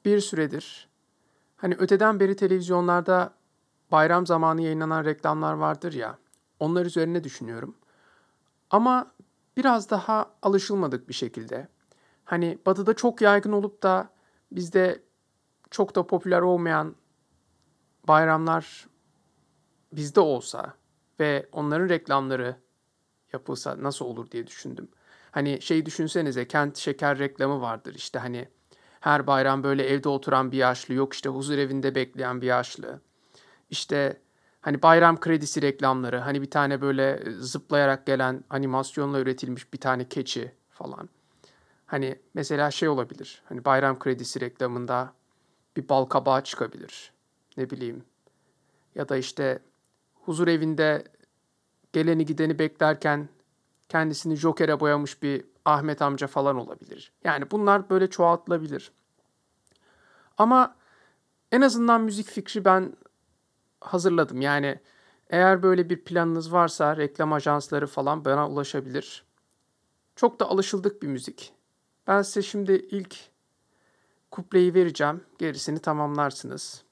bir süredir hani öteden beri televizyonlarda bayram zamanı yayınlanan reklamlar vardır ya, onlar üzerine düşünüyorum. Ama biraz daha alışılmadık bir şekilde. Hani Batı'da çok yaygın olup da bizde çok da popüler olmayan bayramlar bizde olsa ve onların reklamları yapılsa nasıl olur diye düşündüm. Hani şey düşünsenize, Kent Şeker reklamı vardır işte, hani her bayram böyle evde oturan bir yaşlı, yok işte huzur evinde bekleyen bir yaşlı. İşte hani bayram kredisi reklamları, hani bir tane böyle zıplayarak gelen animasyonla üretilmiş bir tane keçi falan. Hani mesela şey olabilir. Hani bayram kredisi reklamında bir bal kabağı çıkabilir. Ne bileyim. Ya da işte huzur evinde geleni gideni beklerken kendisini Joker'e boyamış bir Ahmet amca falan olabilir. Yani bunlar böyle çoğaltılabilir. Ama en azından müzik fikri ben hazırladım. Yani eğer böyle bir planınız varsa reklam ajansları falan bana ulaşabilir. Çok da alışıldık bir müzik. Ben size şimdi ilk kupleyi vereceğim. Gerisini tamamlarsınız.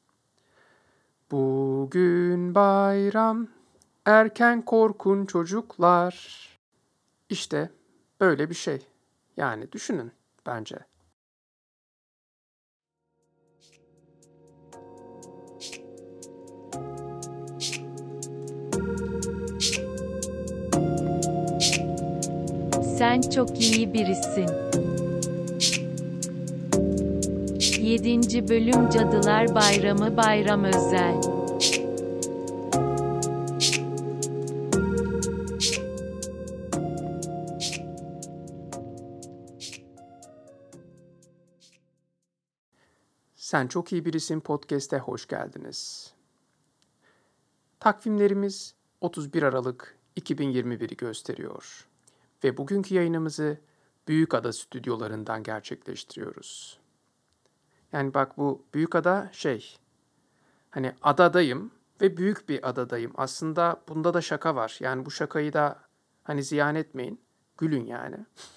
Bugün bayram, erken korkun çocuklar. İşte böyle bir şey. Yani düşünün bence. Sen çok iyi birisin. 7. Bölüm Cadılar Bayramı Bayram Özel. Sen Çok İyi Birisin podcast'e hoş geldiniz. Takvimlerimiz 31 Aralık 2021'i gösteriyor ve bugünkü yayınımızı Büyükada stüdyolarından gerçekleştiriyoruz. Yani bak, bu Büyükada şey, hani adadayım ve büyük bir adadayım. Aslında bunda da şaka var. Yani bu şakayı da hani ziyan etmeyin. Gülün yani.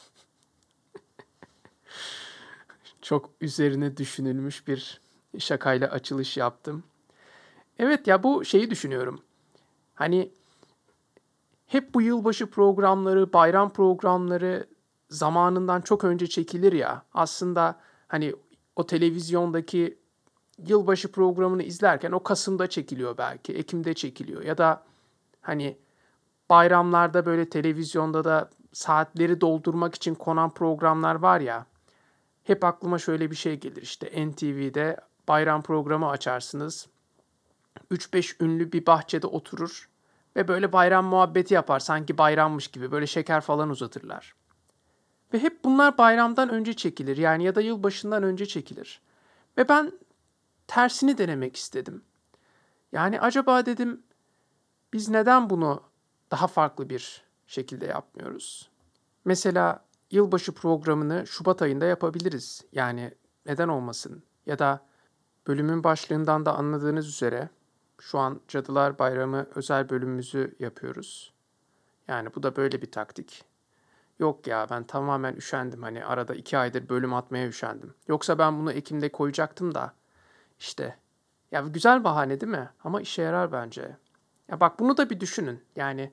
Çok üzerine düşünülmüş bir şakayla açılış yaptım. Evet ya, bu şeyi düşünüyorum. Hani hep bu yılbaşı programları, bayram programları zamanından çok önce çekilir ya. Aslında hani o televizyondaki yılbaşı programını izlerken o Kasım'da çekiliyor belki, Ekim'de çekiliyor. Ya da hani bayramlarda böyle televizyonda da saatleri doldurmak için konan programlar var ya. Hep aklıma şöyle bir şey gelir, işte NTV'de bayram programı açarsınız. 3-5 ünlü bir bahçede oturur ve böyle bayram muhabbeti yapar, sanki bayrammış gibi böyle şeker falan uzatırlar. Ve hep bunlar bayramdan önce çekilir, yani ya da yılbaşından önce çekilir. Ve ben tersini denemek istedim. Yani acaba dedim, biz neden bunu daha farklı bir şekilde yapmıyoruz? Mesela yılbaşı programını Şubat ayında yapabiliriz. Yani neden olmasın? Ya da bölümün başlığından da anladığınız üzere şu an Cadılar Bayramı özel bölümümüzü yapıyoruz. Yani bu da böyle bir taktik. Yok ya, ben tamamen üşendim, hani arada 2 aydır bölüm atmaya üşendim. Yoksa ben bunu Ekim'de koyacaktım da işte. Ya güzel bahane değil mi? Ama işe yarar bence. Ya bak, bunu da bir düşünün. Yani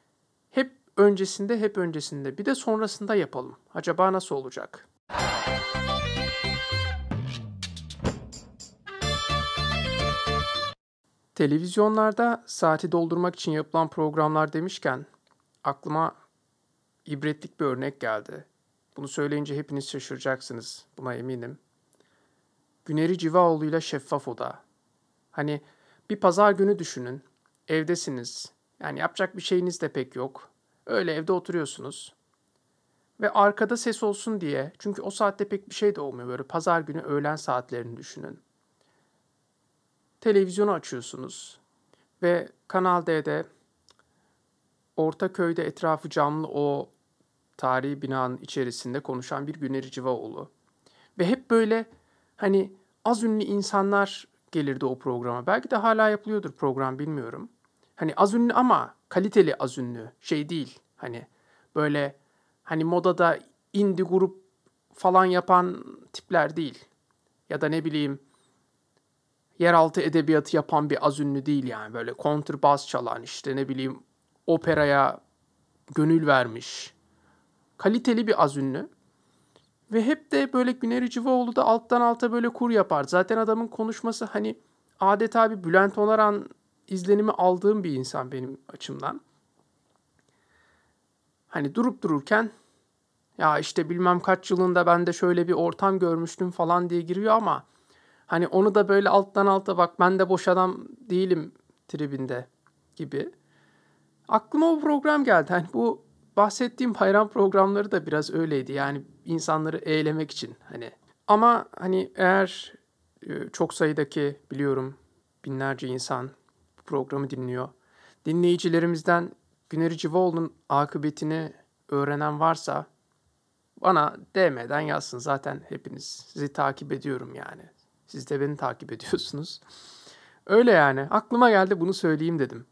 hep öncesinde bir de sonrasında yapalım. Acaba nasıl olacak? Televizyonlarda saati doldurmak için yapılan programlar demişken aklıma ibretlik bir örnek geldi. Bunu söyleyince hepiniz şaşıracaksınız, buna eminim. Güneri Civaoğlu ile Şeffaf Oda. Hani bir pazar günü düşünün. Evdesiniz. Yani yapacak bir şeyiniz de pek yok. Öyle evde oturuyorsunuz. Ve arkada ses olsun diye, çünkü o saatte pek bir şey de olmuyor. Böyle pazar günü öğlen saatlerini düşünün. Televizyonu açıyorsunuz. Ve Kanal D'de Ortaköy'de etrafı camlı o tarihi binanın içerisinde konuşan bir Güneri Civaoğlu. Ve hep böyle hani az ünlü insanlar gelirdi o programa. Belki de hala yapılıyordur program, bilmiyorum. Hani az ünlü ama kaliteli az ünlü. Şey değil. Hani böyle hani modada indie grup falan yapan tipler değil. Ya da ne bileyim yeraltı edebiyatı yapan bir az ünlü değil yani. Böyle kontrbas çalan işte ne bileyim operaya gönül vermiş. Kaliteli bir az ünlü. Ve hep de böyle Güner Civaoğlu da alttan alta böyle kur yapar. Zaten adamın konuşması hani adeta bir Bülent Onaran izlenimi aldığım bir insan benim açımdan. Hani durup dururken ya işte bilmem kaç yılında ben de şöyle bir ortam görmüştüm falan diye giriyor ama hani onu da böyle alttan alta bak ben de boş adam değilim tribinde gibi. Aklıma o program geldi. Hani bu bahsettiğim bayram programları da biraz öyleydi. Yani insanları eğlemek için hani. Ama hani eğer çok sayıdaki biliyorum binlerce insan bu programı dinliyor. Dinleyicilerimizden Güner Civaoğlu'nun akıbetini öğrenen varsa bana DM'den yazsın. Zaten hepiniz sizi takip ediyorum yani. Siz de beni takip ediyorsunuz. Öyle yani. Aklıma geldi bunu söyleyeyim dedim.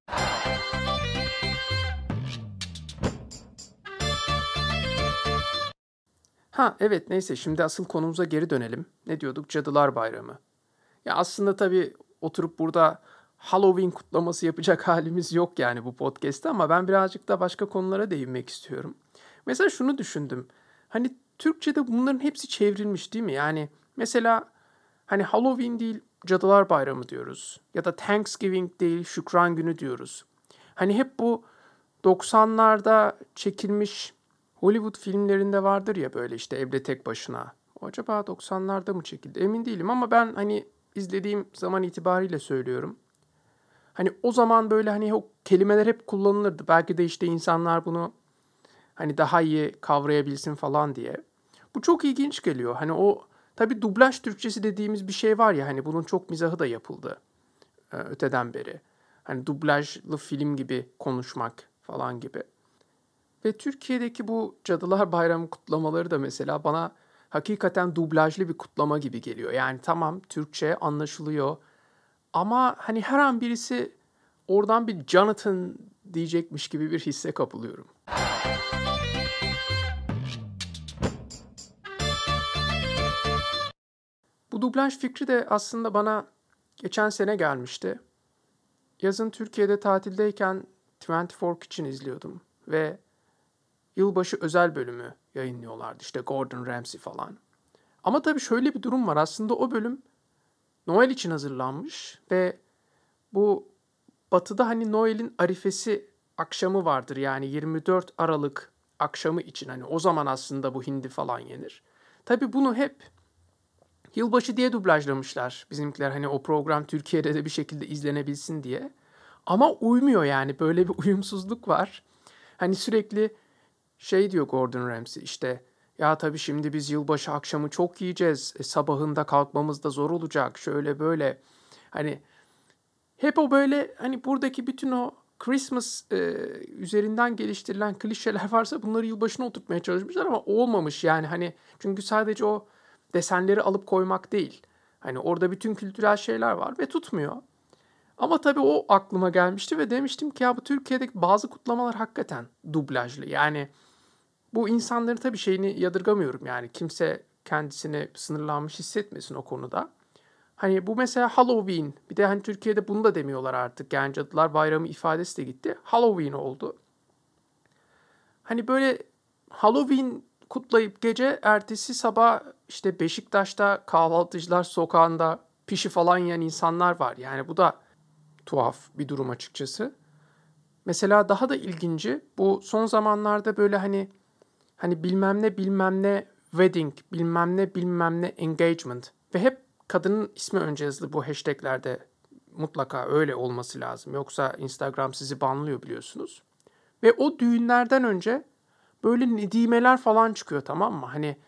Ha evet neyse şimdi asıl konumuza geri dönelim. Ne diyorduk? Cadılar Bayramı. Ya aslında tabii oturup burada Halloween kutlaması yapacak halimiz yok yani bu podcast'te ama ben birazcık da başka konulara değinmek istiyorum. Mesela şunu düşündüm. Hani Türkçe'de bunların hepsi çevrilmiş değil mi? Yani mesela hani Halloween değil Cadılar Bayramı diyoruz. Ya da Thanksgiving değil Şükran Günü diyoruz. Hani hep bu 90'larda çekilmiş Hollywood filmlerinde vardır ya böyle işte evde tek başına. O acaba 90'larda mı çekildi? Emin değilim ama ben hani izlediğim zaman itibariyle söylüyorum. Hani o zaman böyle hani o kelimeler hep kullanılırdı. Belki de işte insanlar bunu hani daha iyi kavrayabilsin falan diye. Bu çok ilginç geliyor. Hani o tabii dublaj Türkçesi dediğimiz bir şey var ya hani bunun çok mizahı da yapıldı öteden beri. Hani dublajlı film gibi konuşmak falan gibi. Ve Türkiye'deki bu Cadılar Bayramı kutlamaları da mesela bana hakikaten dublajlı bir kutlama gibi geliyor. Yani tamam Türkçe anlaşılıyor ama hani her an birisi oradan bir Jonathan diyecekmiş gibi bir hisse kapılıyorum. Bu dublaj fikri de aslında bana geçen sene gelmişti. Yazın Türkiye'de tatildeyken 24 için izliyordum ve yılbaşı özel bölümü yayınlıyorlardı. İşte Gordon Ramsay falan. Ama tabii şöyle bir durum var. Aslında o bölüm Noel için hazırlanmış ve bu Batı'da hani Noel'in arifesi akşamı vardır. Yani 24 Aralık akşamı için hani o zaman aslında bu hindi falan yenir. Tabii bunu hep yılbaşı diye dublajlamışlar bizimkiler. Hani o program Türkiye'de de bir şekilde izlenebilsin diye. Ama uymuyor yani böyle bir uyumsuzluk var. Hani sürekli şey diyor Gordon Ramsay işte ya tabii şimdi biz yılbaşı akşamı çok yiyeceğiz. Sabahında kalkmamız da zor olacak. Şöyle böyle. Hani hep o böyle hani buradaki bütün o Christmas üzerinden geliştirilen klişeler varsa bunları yılbaşına oturtmaya çalışmışlar ama olmamış yani hani çünkü sadece o desenleri alıp koymak değil. Hani orada bütün kültürel şeyler var ve tutmuyor. Ama tabii o aklıma gelmişti ve demiştim ki ya bu Türkiye'deki bazı kutlamalar hakikaten dublajlı. Yani bu insanların tabii şeyini yadırgamıyorum yani kimse kendisini sınırlanmış hissetmesin o konuda. Hani bu mesela Halloween. Bir de hani Türkiye'de bunu da demiyorlar artık. Yani Cadılar Bayramı ifadesi de gitti. Halloween oldu. Hani böyle Halloween kutlayıp gece ertesi sabah işte Beşiktaş'ta kahvaltıcılar sokağında pişi falan yiyen insanlar var. Yani bu da tuhaf bir durum açıkçası. Mesela daha da ilginci bu son zamanlarda böyle hani bilmem ne bilmem ne wedding, bilmem ne bilmem ne engagement ve hep kadının ismi önce yazılı bu hashtaglerde mutlaka öyle olması lazım. Yoksa Instagram sizi banlıyor biliyorsunuz. Ve o düğünlerden önce böyle nedimeler falan çıkıyor tamam mı? Hani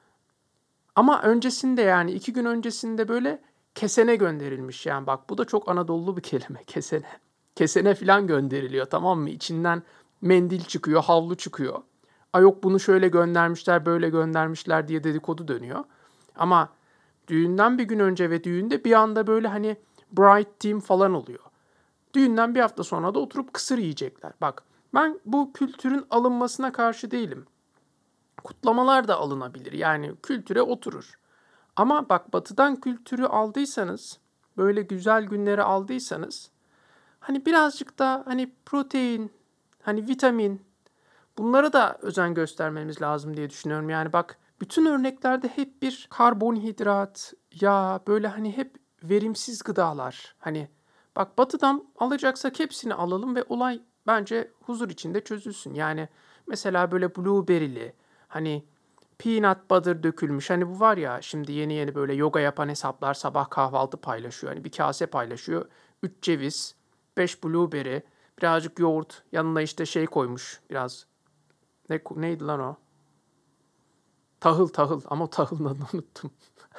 ama öncesinde yani 2 gün öncesinde böyle kesene gönderilmiş. Yani bak bu da çok Anadolu bir kelime kesene. Kesene falan gönderiliyor tamam mı? İçinden mendil çıkıyor, havlu çıkıyor. Ay yok bunu şöyle göndermişler, böyle göndermişler diye dedikodu dönüyor. Ama düğünden bir gün önce ve düğünde bir anda böyle hani bride team falan oluyor. Düğünden bir hafta sonra da oturup kısır yiyecekler. Bak ben bu kültürün alınmasına karşı değilim. Kutlamalar da alınabilir. Yani kültüre oturur. Ama bak batıdan kültürü aldıysanız, böyle güzel günleri aldıysanız, hani birazcık da hani protein, hani vitamin, bunlara da özen göstermemiz lazım diye düşünüyorum. Yani bak bütün örneklerde hep bir karbonhidrat, yağ, böyle hani hep verimsiz gıdalar. Hani bak batıdan alacaksak hepsini alalım ve olay bence huzur içinde çözülsün. Yani mesela böyle blueberry'li, hani peanut butter dökülmüş. Hani bu var ya şimdi yeni yeni böyle yoga yapan hesaplar sabah kahvaltı paylaşıyor. Hani bir kase paylaşıyor. 3 ceviz, 5 blueberry, birazcık yoğurt, yanına işte şey koymuş biraz. Neydi lan o? Tahıl tahıl ama o tahılın adını unuttum.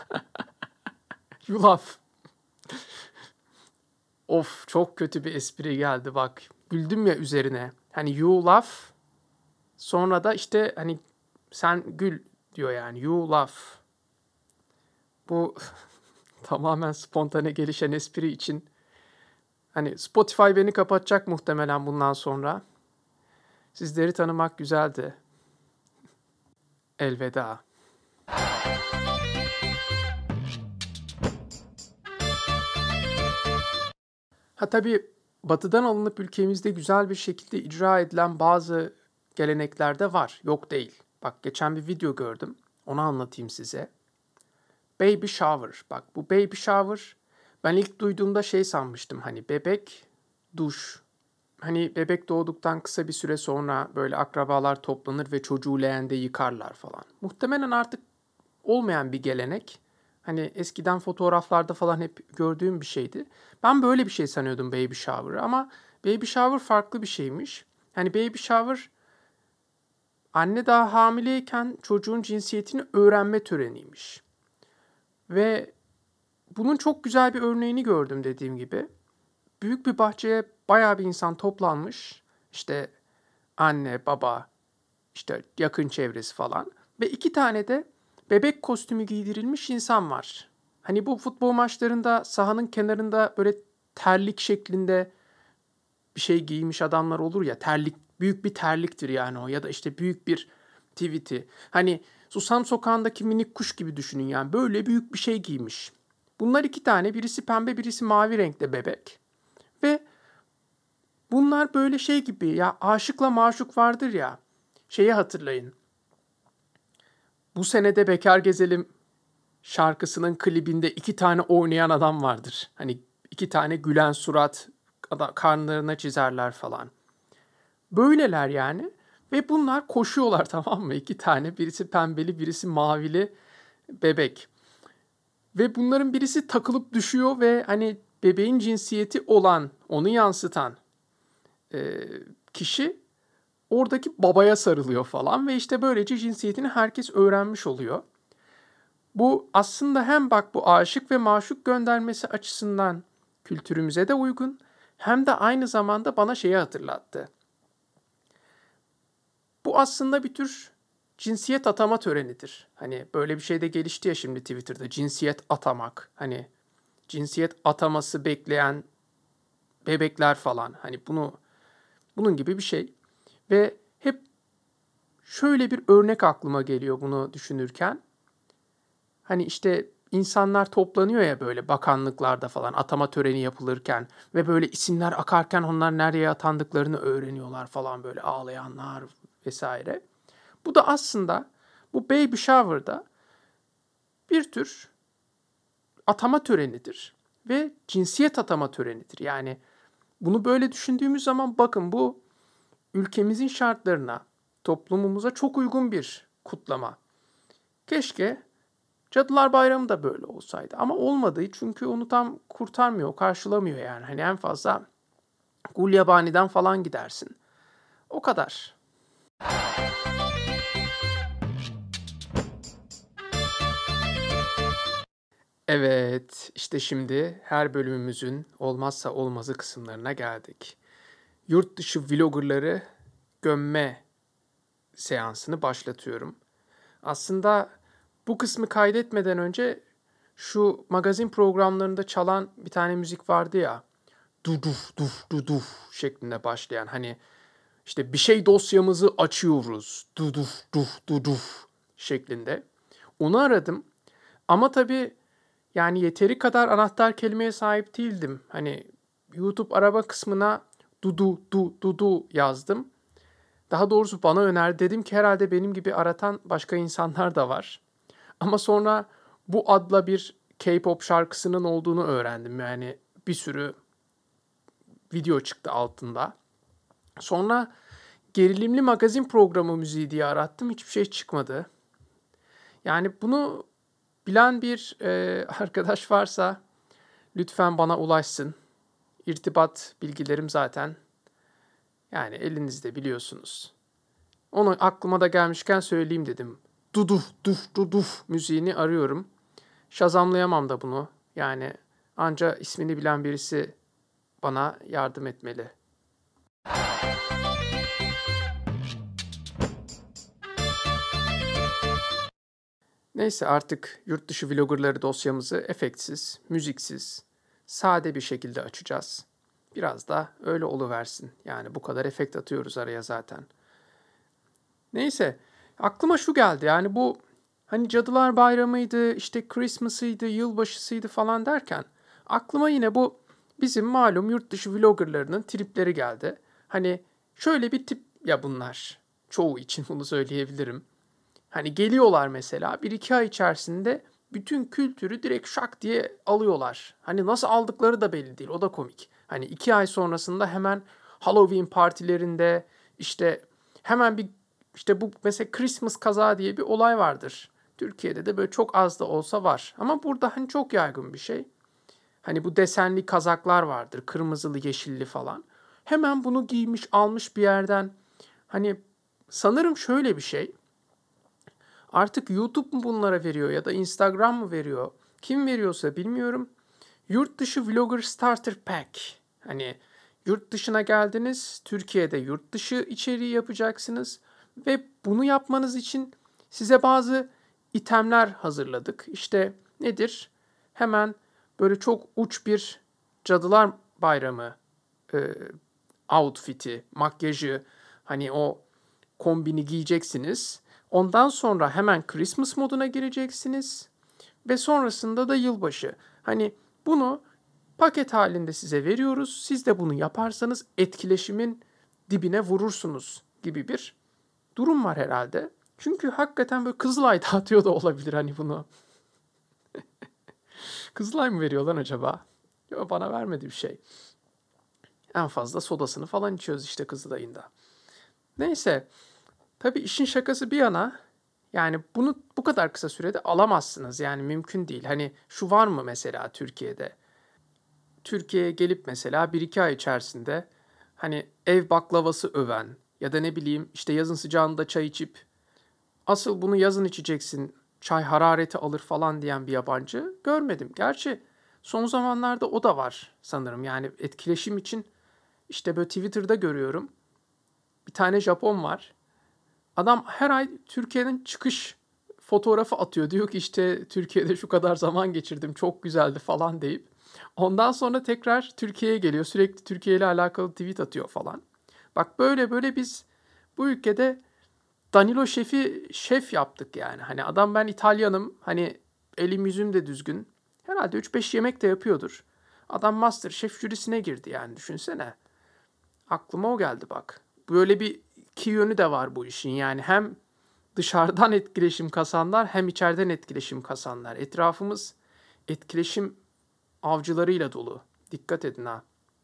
Yulaf. Of çok kötü bir espri geldi bak. Güldüm ya üzerine. Hani yulaf sonra da işte hani sen gül diyor yani yulaf. Bu tamamen spontane gelişen espri için. Hani Spotify beni kapatacak muhtemelen bundan sonra. Sizleri tanımak güzeldi. Elveda. Ha tabii batıdan alınıp ülkemizde güzel bir şekilde icra edilen bazı gelenekler de var. Yok değil. Bak geçen bir video gördüm. Onu anlatayım size. Baby shower. Bak bu baby shower ben ilk duyduğumda şey sanmıştım. Hani bebek duş. Hani bebek doğduktan kısa bir süre sonra böyle akrabalar toplanır ve çocuğu leğende yıkarlar falan. Muhtemelen artık olmayan bir gelenek. Hani eskiden fotoğraflarda falan hep gördüğüm bir şeydi. Ben böyle bir şey sanıyordum baby shower'ı ama baby shower farklı bir şeymiş. Hani baby shower anne daha hamileyken çocuğun cinsiyetini öğrenme töreniymiş. Ve bunun çok güzel bir örneğini gördüm dediğim gibi. Büyük bir bahçeye bayağı bir insan toplanmış. İşte anne, baba, işte yakın çevresi falan. Ve 2 tane de bebek kostümü giydirilmiş insan var. Hani bu futbol maçlarında sahanın kenarında böyle terlik şeklinde bir şey giymiş adamlar olur ya. Terlik, büyük bir terliktir yani o. Ya da işte büyük bir tiviti. Hani Susam Sokağı'ndaki minik kuş gibi düşünün yani. Böyle büyük bir şey giymiş. Bunlar 2 tane. Birisi pembe, birisi mavi renkte bebek. Ve bunlar böyle şey gibi ya aşıkla maşuk vardır ya. Şeyi hatırlayın. Bu senede Bekar Gezelim şarkısının klibinde 2 tane oynayan adam vardır. Hani 2 tane gülen surat karnlarına çizerler falan. Böyleler yani. Ve bunlar koşuyorlar tamam mı? 2 tane birisi pembeli birisi mavili bebek. Ve bunların birisi takılıp düşüyor ve hani bebeğin cinsiyeti olan, onu yansıtan kişi oradaki babaya sarılıyor falan ve işte böylece cinsiyetini herkes öğrenmiş oluyor. Bu aslında hem bak bu aşık ve maşuk göndermesi açısından kültürümüze de uygun hem de aynı zamanda bana şeyi hatırlattı. Bu aslında bir tür cinsiyet atama törenidir. Hani böyle bir şey de gelişti ya şimdi Twitter'da cinsiyet atamak. Hani cinsiyet ataması bekleyen bebekler falan. Hani bunun gibi bir şey. Ve hep şöyle bir örnek aklıma geliyor bunu düşünürken. Hani işte insanlar toplanıyor ya böyle bakanlıklarda falan atama töreni yapılırken ve böyle isimler akarken onlar nereye atandıklarını öğreniyorlar falan böyle ağlayanlar vesaire. Bu da aslında bu baby shower'da bir tür atama törenidir ve cinsiyet atama törenidir. Yani bunu böyle düşündüğümüz zaman bakın bu ülkemizin şartlarına, toplumumuza çok uygun bir kutlama. Keşke Cadılar Bayramı da böyle olsaydı ama olmadı çünkü onu tam kurtarmıyor, karşılamıyor yani. Hani en fazla Gulyabani'den falan gidersin. O kadar. Evet, işte şimdi her bölümümüzün olmazsa olmazı kısımlarına geldik. Yurt dışı vloggerları gömme seansını başlatıyorum. Aslında bu kısmı kaydetmeden önce şu magazin programlarında çalan bir tane müzik vardı ya. Duduf duf duduf şeklinde başlayan hani işte bir şey dosyamızı açıyoruz. Duduf duf duduf şeklinde. Onu aradım Ama tabii yani yeteri kadar anahtar kelimeye sahip değildim. Hani YouTube arama kısmına dudu du dudu yazdım. Daha doğrusu bana önerdi. Dedim ki herhalde benim gibi aratan başka insanlar da var. Ama sonra bu adla bir K-pop şarkısının olduğunu öğrendim. Yani bir sürü video çıktı altında. Sonra gerilimli magazin programı müziği diye arattım. Hiçbir şey çıkmadı. Yani bunu bilen bir arkadaş varsa lütfen bana ulaşsın. İrtibat bilgilerim zaten yani elinizde biliyorsunuz. Onu aklıma da gelmişken söyleyeyim dedim. Duduf duf duduf müziğini arıyorum. Şazamlayamam da bunu. Yani anca ismini bilen birisi bana yardım etmeli. Neyse artık yurt dışı vloggerları dosyamızı efektsiz, müziksiz, sade bir şekilde açacağız. Biraz da öyle oluversin. Yani bu kadar efekt atıyoruz araya zaten. Neyse aklıma şu geldi. Yani bu hani Cadılar Bayramı'ydı, işte Christmas'ıydı, yılbaşısıydı falan derken aklıma yine bu bizim malum yurt dışı vloggerlarının tripleri geldi. Hani şöyle bir tip ya bunlar. Çoğu için bunu söyleyebilirim. Hani geliyorlar mesela bir iki ay içerisinde bütün kültürü direkt şak diye alıyorlar. Hani nasıl aldıkları da belli değil. O da komik. Hani 2 ay sonrasında hemen Halloween partilerinde işte hemen bir işte bu mesela Christmas kazağı diye bir olay vardır. Türkiye'de de böyle çok az da olsa var. Ama burada hani çok yaygın bir şey. Hani bu desenli kazaklar vardır. Kırmızılı, yeşilli falan. Hemen bunu giymiş, almış bir yerden. Hani sanırım şöyle bir şey. Artık YouTube mu bunlara veriyor ya da Instagram mı veriyor? Kim veriyorsa bilmiyorum. Yurt dışı Vlogger Starter Pack. Hani yurt dışına geldiniz, Türkiye'de yurt dışı içeriği yapacaksınız ve bunu yapmanız için size bazı itemler hazırladık. İşte nedir? Hemen böyle çok uç bir Cadılar Bayramı e, outfit'i, makyajı, hani o kombini giyeceksiniz. Ondan sonra hemen Christmas moduna gireceksiniz ve sonrasında da yılbaşı. Hani bunu paket halinde size veriyoruz. Siz de bunu yaparsanız etkileşimin dibine vurursunuz gibi bir durum var herhalde. Çünkü hakikaten böyle Kızılay dağıtıyor da olabilir hani bunu. Kızılay mı veriyor lan acaba? Yok bana vermedi bir şey. En fazla sodasını falan içiyoruz işte Kızılay'ın da. Neyse. Tabii işin şakası bir yana yani bunu bu kadar kısa sürede alamazsınız. Yani mümkün değil. Hani şu var mı mesela Türkiye'de? Türkiye'ye gelip mesela bir iki ay içerisinde hani ev baklavası öven ya da ne bileyim işte yazın sıcağında çay içip asıl bunu yazın içeceksin çay harareti alır falan diyen bir yabancı görmedim. Gerçi son zamanlarda o da var sanırım. Yani etkileşim için işte böyle Twitter'da görüyorum. Bir tane Japon var. Adam her ay Türkiye'nin çıkış fotoğrafı atıyor. Diyor ki işte Türkiye'de şu kadar zaman geçirdim, çok güzeldi falan deyip. Ondan sonra tekrar Türkiye'ye geliyor. Sürekli Türkiye ile alakalı tweet atıyor falan. Bak böyle böyle biz bu ülkede Danilo Şef'i şef yaptık yani. Hani adam ben İtalyanım. Hani elim yüzüm de düzgün. Herhalde 3-5 yemek de yapıyordur. Adam MasterChef jürisine girdi yani düşünsene. Aklıma o geldi bak. Böyle bir iki yönü de var bu işin. Yani hem dışarıdan etkileşim kasanlar hem içeriden etkileşim kasanlar. Etrafımız etkileşim avcılarıyla dolu. Dikkat edin ha.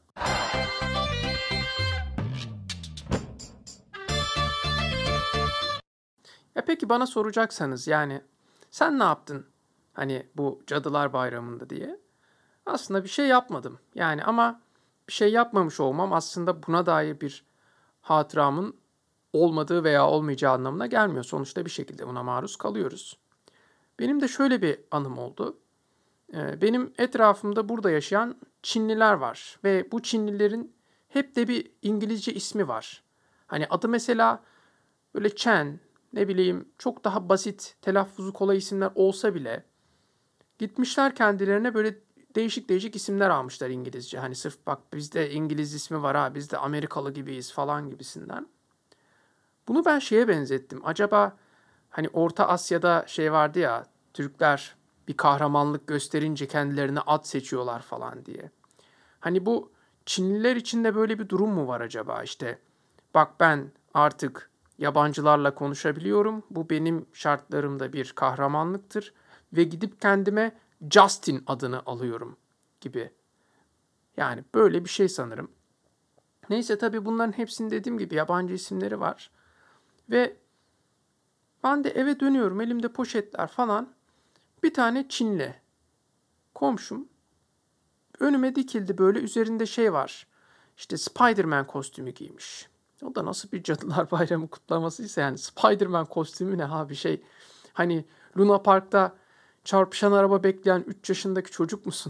Peki bana soracaksanız yani sen ne yaptın? Hani bu Cadılar Bayramı'nda diye. Aslında bir şey yapmadım. Yani ama bir şey yapmamış olmam aslında buna dair bir hatıramın olmadığı veya olmayacağı anlamına gelmiyor. Sonuçta bir şekilde buna maruz kalıyoruz. Benim de şöyle bir anım oldu. Benim etrafımda burada yaşayan Çinliler var ve bu Çinlilerin hep de bir İngilizce ismi var. Hani adı mesela böyle Chen, ne bileyim çok daha basit, telaffuzu kolay isimler olsa bile gitmişler kendilerine böyle değişik değişik isimler almışlar İngilizce. Hani sırf bak bizde İngiliz ismi var ha, biz de Amerikalı gibiyiz falan gibisinden. Bunu ben şeye benzettim. Acaba hani Orta Asya'da şey vardı ya, Türkler bir kahramanlık gösterince kendilerine at seçiyorlar falan diye. Hani bu Çinliler için de böyle bir durum mu var acaba? İşte bak ben artık yabancılarla konuşabiliyorum. Bu benim şartlarımda bir kahramanlıktır ve gidip kendime Justin adını alıyorum gibi. Yani böyle bir şey sanırım. Neyse tabii bunların hepsinin dediğim gibi yabancı isimleri var. Ve ben de eve dönüyorum, elimde poşetler falan. Bir tane Çinli komşum önüme dikildi, böyle üzerinde şey var. İşte Spider-Man kostümü giymiş. O da nasıl bir Cadılar Bayramı kutlamasıysa, yani Spider-Man kostümü ne ha, bir şey. Hani Luna Park'ta çarpışan araba bekleyen 3 yaşındaki çocuk musun?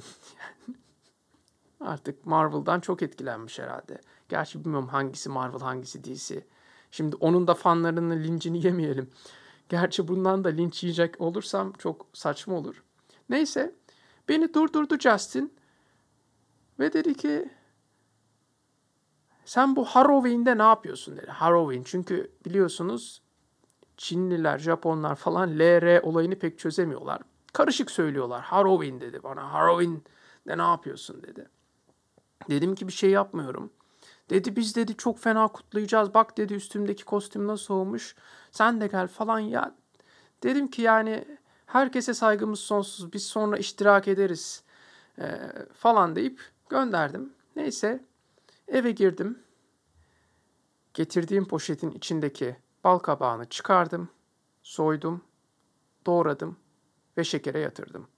Artık Marvel'dan çok etkilenmiş herhalde. Gerçi bilmiyorum hangisi Marvel hangisi DC. Şimdi onun da fanlarının lincini yemeyelim. Gerçi bundan da linç yiyecek olursam çok saçma olur. Neyse beni durdurdu Justin ve dedi ki sen bu Halloween'de ne yapıyorsun dedi. Halloween, çünkü biliyorsunuz Çinliler, Japonlar falan LR olayını pek çözemiyorlar. Karışık söylüyorlar. Halloween dedi bana. Halloween'de ne yapıyorsun dedi. Dedim ki bir şey yapmıyorum. Dedi biz dedi çok fena kutlayacağız. Bak dedi üstümdeki kostüm nasıl olmuş. Sen de gel falan ya. Dedim ki yani herkese saygımız sonsuz. Biz sonra iştirak ederiz falan deyip gönderdim. Neyse eve girdim. Getirdiğim poşetin içindeki bal kabağını çıkardım. Soydum, doğradım ve şekere yatırdım.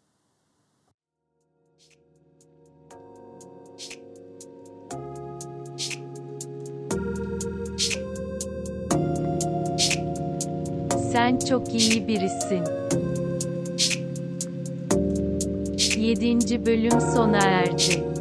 Sen çok iyi birisin. 7. bölüm sona erdi.